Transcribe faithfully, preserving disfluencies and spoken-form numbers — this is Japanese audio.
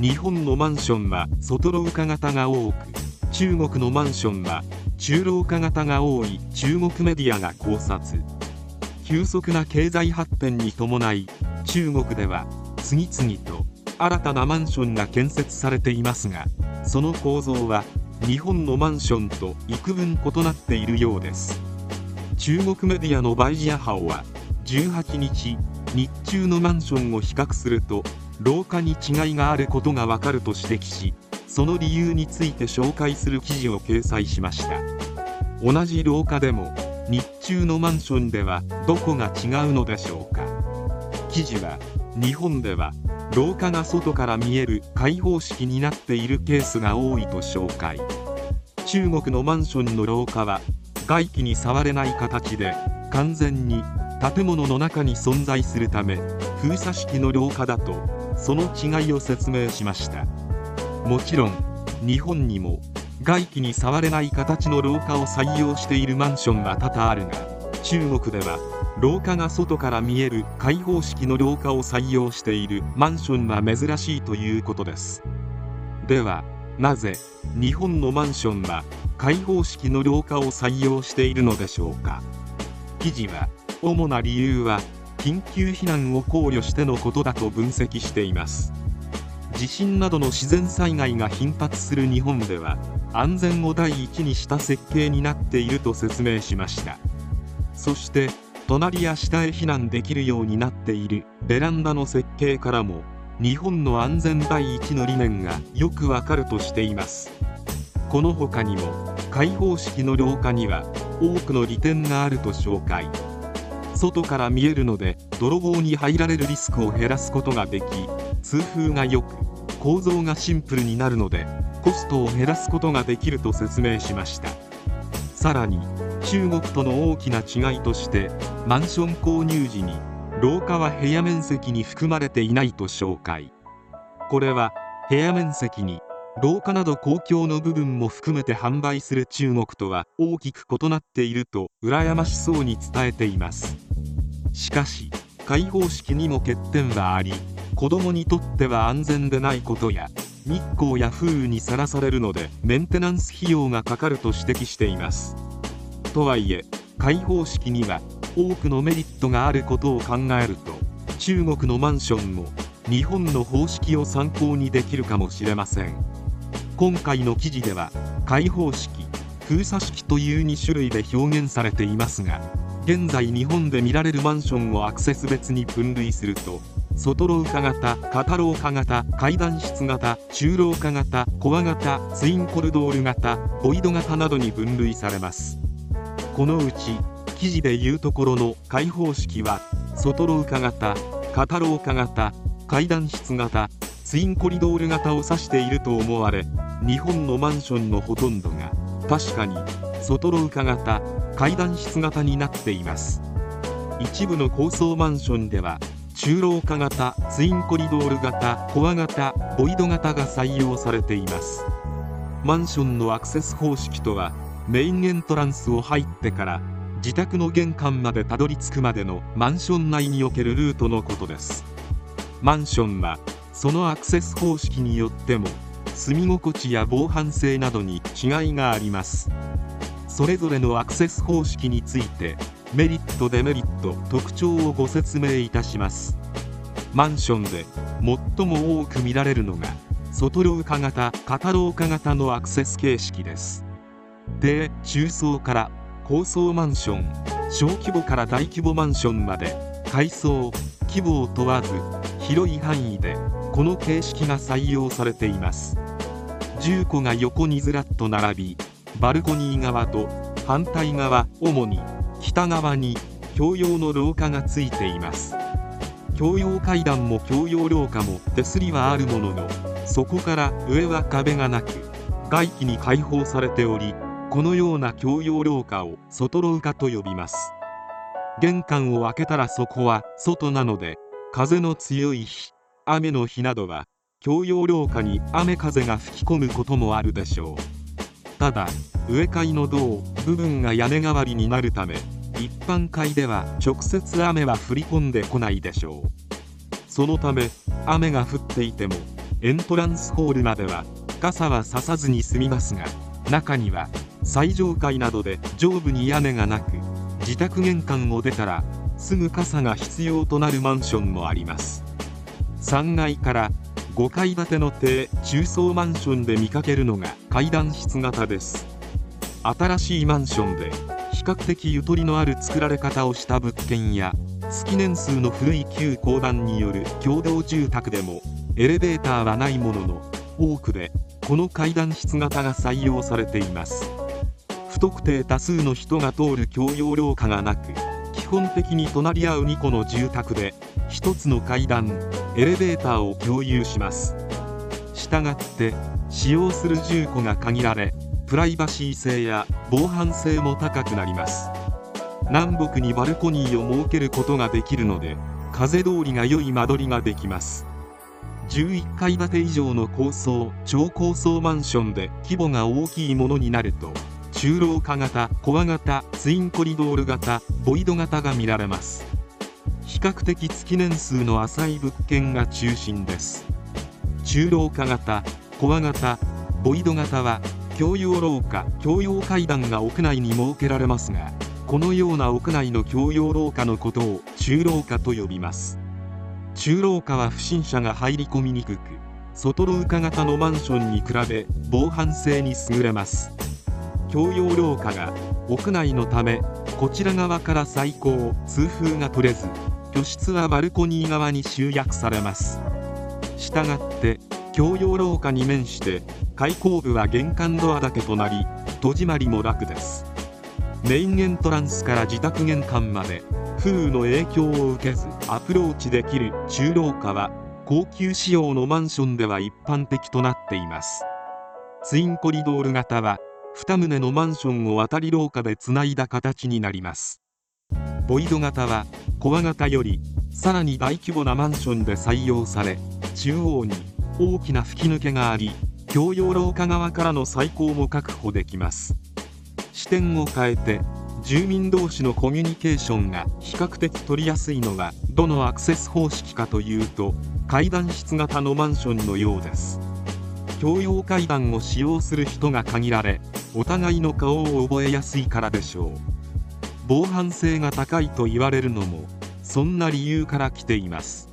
日本のマンションは外廊下型が多く、中国のマンションは中廊下型が多い中国メディアが考察。急速な経済発展に伴い、中国では次々と新たなマンションが建設されていますが、その構造は日本のマンションと幾分異なっているようです。中国メディアのバイジアハオはじゅうはちにち、日中のマンションを比較すると廊下に違いがあることがわかると指摘し、その理由について紹介する記事を掲載しました。同じ廊下でも日中のマンションではどこが違うのでしょうか。記事は、日本では廊下が外から見える開放式になっているケースが多いと紹介。中国のマンションの廊下は外気に触れない形で完全に建物の中に存在するため、封鎖式の廊下だとその違いを説明しました。もちろん日本にも外気に触れない形の廊下を採用しているマンションは多々あるが、中国では廊下が外から見える開放式の廊下を採用しているマンションは珍しいということです。ではなぜ日本のマンションは開放式の廊下を採用しているのでしょうか。記事は、主な理由は緊急避難を考慮してのことだと分析しています。地震などの自然災害が頻発する日本では安全を第一にした設計になっていると説明しました。そして隣や下へ避難できるようになっているベランダの設計からも日本の安全第一の理念がよくわかるとしています。この他にも開放式の廊下には多くの利点があると紹介。外から見えるので泥棒に入られるリスクを減らすことができ、通風が良く構造がシンプルになるのでコストを減らすことができると説明しました。さらに中国との大きな違いとして、マンション購入時に廊下は部屋面積に含まれていないと紹介。これは部屋面積に廊下など公共の部分も含めて販売する中国とは大きく異なっていると羨ましそうに伝えています。しかし開放式にも欠点はあり、子どもにとっては安全でないことや日光や風雨にさらされるのでメンテナンス費用がかかると指摘しています。とはいえ開放式には多くのメリットがあることを考えると、中国のマンションも日本の方式を参考にできるかもしれません。今回の記事では開放式、封鎖式というにしゅるいで表現されていますが、現在日本で見られるマンションをアクセス別に分類すると、外廊下型、片廊下型、階段室型、中廊下型、コア型、ツインコリドール型、ボイド型などに分類されます。このうち記事でいうところの開放式は外廊下型、片廊下型、階段室型、ツインコリドール型を指していると思われ、日本のマンションのほとんどが確かに外廊下型、階段室型になっています。一部の高層マンションでは中廊下型、ツインコリドール型、コア型、ボイド型が採用されています。マンションのアクセス方式とは、メインエントランスを入ってから自宅の玄関までたどり着くまでのマンション内におけるルートのことです。マンションはそのアクセス方式によっても住み心地や防犯性などに違いがあります。それぞれのアクセス方式についてメリットデメリット特徴をご説明いたします。マンションで最も多く見られるのが外廊下型、片廊下型のアクセス形式です。低・中層から高層マンション、小規模から大規模マンションまで階層、規模を問わず広い範囲でこの形式が採用されています。じゅうこが横にずらっと並び、バルコニー側と反対側、主に北側に共用の廊下がついています。共用階段も共用廊下も手すりはあるものの、そこから上は壁がなく外気に開放されており、このような共用廊下を外廊下と呼びます。玄関を開けたらそこは外なので、風の強い日、雨の日などは共用廊下に雨風が吹き込むこともあるでしょう。ただ上階の棟部分が屋根代わりになるため、一般階では直接雨は降り込んでこないでしょう。そのため雨が降っていてもエントランスホールまでは傘はささずに済みますが、中には最上階などで上部に屋根がなく、自宅玄関を出たらすぐ傘が必要となるマンションもあります。さんがいからごかい建ての低中層マンションで見かけるのが階段室型です。新しいマンションで比較的ゆとりのある作られ方をした物件や、月年数の古い旧公団による共同住宅でもエレベーターはないものの、多くでこの階段室型が採用されています。不特定多数の人が通る共用廊下がなく、基本的に隣り合うにこの住宅でひとつの階段エレベーターを共有します。したがって使用する住戸が限られ、プライバシー性や防犯性も高くなります。南北にバルコニーを設けることができるので、風通りが良い間取りができます。じゅういっかい建て以上の高層超高層マンションで規模が大きいものになると、中廊下型、コア型、ツインコリドール型、ボイド型が見られます。比較的月年数の浅い物件が中心です。中廊下型、コア型、ボイド型は共用廊下、共用階段が屋内に設けられますが、このような屋内の共用廊下のことを中廊下と呼びます。中廊下は不審者が入り込みにくく、外廊下型のマンションに比べ防犯性に優れます。共用廊下が屋内のため、こちら側から採光・通風が取れず、居室はバルコニー側に集約されます。したがって共用廊下に面して開口部は玄関ドアだけとなり、戸締まりも楽です。メインエントランスから自宅玄関まで風雨の影響を受けずアプローチできる中廊下は、高級仕様のマンションでは一般的となっています。ツインコリドール型はにとうのマンションを渡り廊下でつないだ形になります。ボイド型はコア型よりさらに大規模なマンションで採用され、中央に大きな吹き抜けがあり、共用廊下側からの採光も確保できます。視点を変えて住民同士のコミュニケーションが比較的取りやすいのはどのアクセス方式かというと、階段室型のマンションのようです。共用階段を使用する人が限られ、お互いの顔を覚えやすいからでしょう。防犯性が高いと言われるのもそんな理由から来ています。